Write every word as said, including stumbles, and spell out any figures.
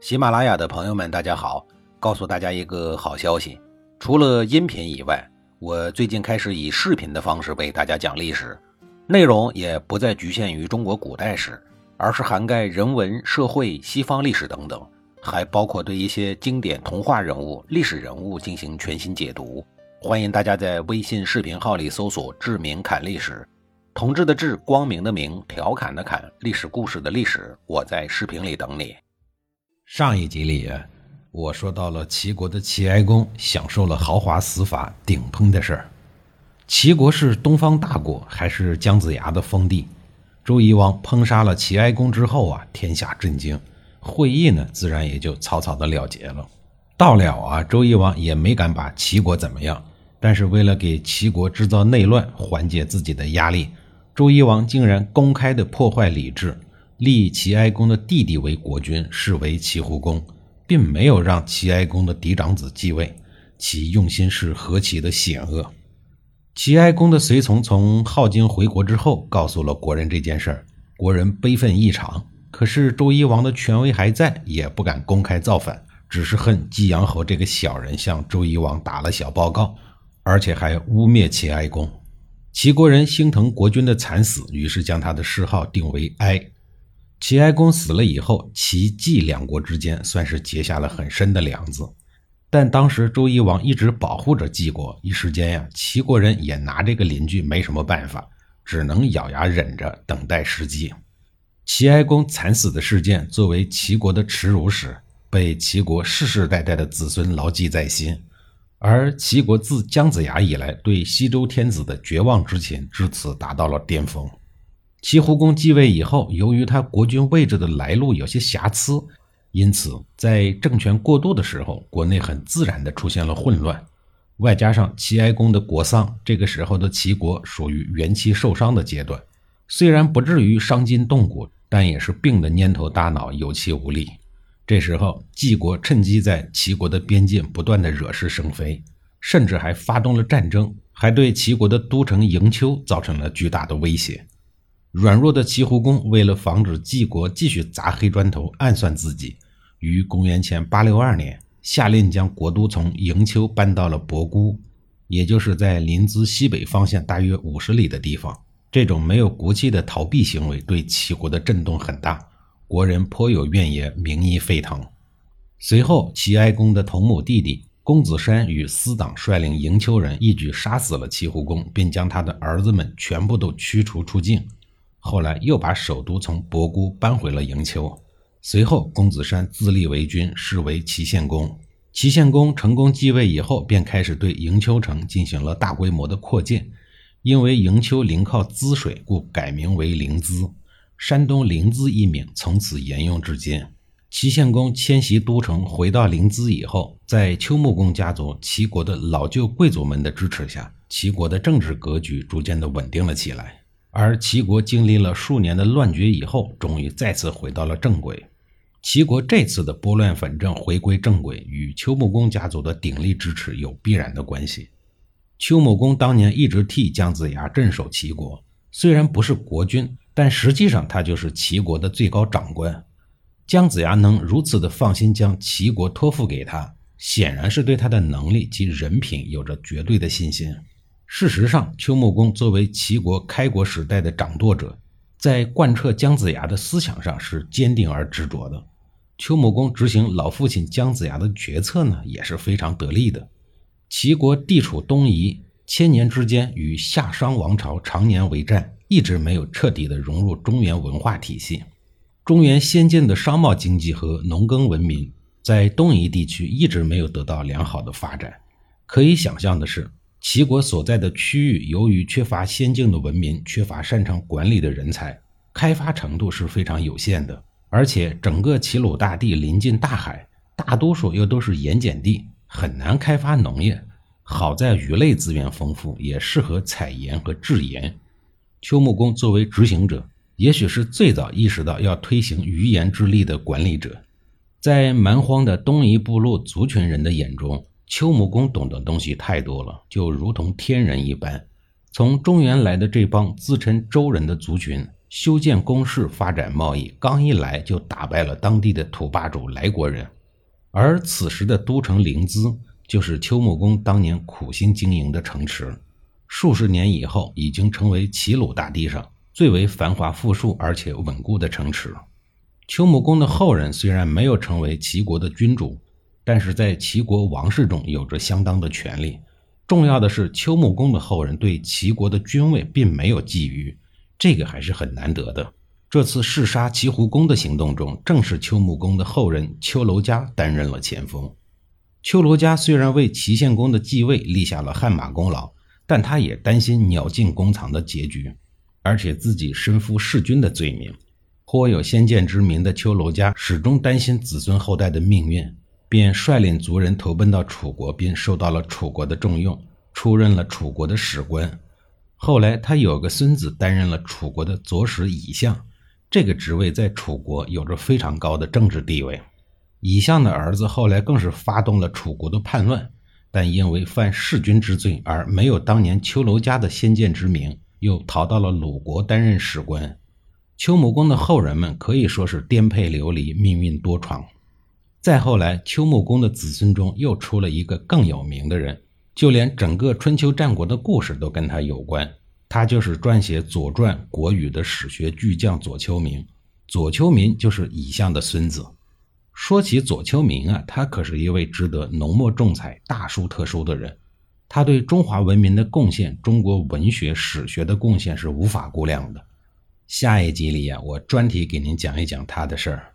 喜马拉雅的朋友们大家好，告诉大家一个好消息，除了音频以外，我最近开始以视频的方式为大家讲历史，内容也不再局限于中国古代史，而是涵盖人文、社会、西方历史等等，还包括对一些经典童话人物、历史人物进行全新解读。欢迎大家在微信视频号里搜索志明侃历史，同志的志，光明的明，调侃的侃，历史故事的历史，我在视频里等你。 上一集里我说到了齐国的齐哀公享受了豪华死法顶棚的事儿。齐国是东方大国，还是姜子牙的封地？周夷王烹杀了齐哀公之后啊，天下震惊，会议呢自然也就草草的了结了。到了啊，周夷王也没敢把齐国怎么样，但是为了给齐国制造内乱，缓解自己的压力，周夷王竟然公开的破坏礼制，立齐哀公的弟弟为国君，是为齐桓公，并没有让齐哀公的嫡长子继位，其用心是何其的险恶。齐哀公的随从从镐京回国之后，告诉了国人这件事儿，国人悲愤异常，可是周夷王的权威还在，也不敢公开造反，只是恨季阳侯这个小人向周夷王打了小报告，而且还污蔑齐哀公。齐国人心疼国君的惨死，于是将他的谥号定为哀。齐哀公死了以后，齐季两国之间算是结下了很深的梁子，但当时周夷王一直保护着季国，一时间呀，齐国人也拿这个邻居没什么办法，只能咬牙忍着，等待时机。齐哀公惨死的事件作为齐国的耻辱史，被齐国世世代代的子孙牢记在心，而齐国自姜子牙以来对西周天子的绝望之情至此达到了巅峰。齐桓公继位以后，由于他国君位置的来路有些瑕疵，因此在政权过渡的时候，国内很自然地出现了混乱。外加上齐哀公的国丧，这个时候的齐国属于元气受伤的阶段，虽然不至于伤筋动骨，但也是病得蔫头耷脑，有气无力。这时候季国趁机在齐国的边境不断地惹是生非，甚至还发动了战争，还对齐国的都城营丘造成了巨大的威胁。软弱的齐桓公为了防止季国继续砸黑砖头暗算自己，于公元前八六二年下令将国都从营丘搬到了博姑，也就是在临淄西北方向大约五十里的地方。这种没有骨气的逃避行为对齐国的震动很大，国人颇有怨言，民意沸腾。随后齐哀公的同母弟弟公子山与私党率领营丘人一举杀死了齐桓公，并将他的儿子们全部都驱逐出境。后来又把首都从博姑搬回了营丘。随后公子山自立为君，是为齐献公。齐献公成功继位以后，便开始对营丘城进行了大规模的扩建。因为营丘临靠淄水，故改名为临淄，山东临淄一名从此沿用至今。齐献公迁徙都城回到临淄以后，在丘穆公家族齐国的老旧贵族们的支持下，齐国的政治格局逐渐的稳定了起来。而齐国经历了数年的乱局以后，终于再次回到了正轨。齐国这次的拨乱反正回归正轨，与丘穆公家族的鼎力支持有必然的关系。丘穆公当年一直替姜子牙镇守齐国，虽然不是国君，但实际上他就是齐国的最高长官。姜子牙能如此的放心将齐国托付给他，显然是对他的能力及人品有着绝对的信心。事实上，丘穆公作为齐国开国时代的掌舵者，在贯彻姜子牙的思想上是坚定而执着的。丘穆公执行老父亲姜子牙的决策呢，也是非常得力的。齐国地处东夷，千年之间与夏商王朝常年为战，一直没有彻底的融入中原文化体系。中原先进的商贸经济和农耕文明在东夷地区一直没有得到良好的发展。可以想象的是，齐国所在的区域由于缺乏先进的文明，缺乏擅长管理的人才，开发程度是非常有限的。而且整个齐鲁大地临近大海，大多数又都是盐碱地，很难开发农业。好在鱼类资源丰富，也适合采盐和制盐。丘穆公作为执行者，也许是最早意识到要推行鱼盐之力的管理者。在蛮荒的东夷部落族群人的眼中，丘穆公懂的东西太多了，就如同天人一般。从中原来的这帮自称周人的族群， 修建工事，发展贸易，刚一来就打败了当地的土霸主来国人。而此时的都城临淄就是丘穆公当年苦心经营的城池，数十年以后已经成为齐鲁大地上最为繁华富庶而且稳固的城池。丘穆公的后人虽然没有成为齐国的君主，但是在齐国王室中有着相当的权力。重要的是，丘穆公的后人对齐国的君位并没有觊觎，这个还是很难得的。这次弑杀齐胡公的行动中，正是丘穆公的后人丘楼家担任了前锋。丘楼家虽然为齐献公的继位立下了汗马功劳，但他也担心鸟尽弓藏的结局，而且自己身负弑君的罪名。颇有先见之明的丘楼家始终担心子孙后代的命运，便率领族人投奔到楚国，并受到了楚国的重用，出任了楚国的史官。后来他有个孙子担任了楚国的左史尹相，这个职位在楚国有着非常高的政治地位。尹相的儿子后来更是发动了楚国的叛乱，但因为犯弑君之罪而没有当年丘楼家的先见之明，又逃到了鲁国担任史官。丘穆公的后人们可以说是颠沛流离，命运多舛。再后来，丘穆公的子孙中又出了一个更有名的人，就连整个春秋战国的故事都跟他有关。他就是撰写《左传》《国语》的史学巨匠左丘明。左丘明就是尹相的孙子。说起左丘明啊，他可是一位值得浓墨重彩、大书特书的人。他对中华文明的贡献，中国文学史学的贡献是无法估量的。下一集里啊，我专题给您讲一讲他的事儿。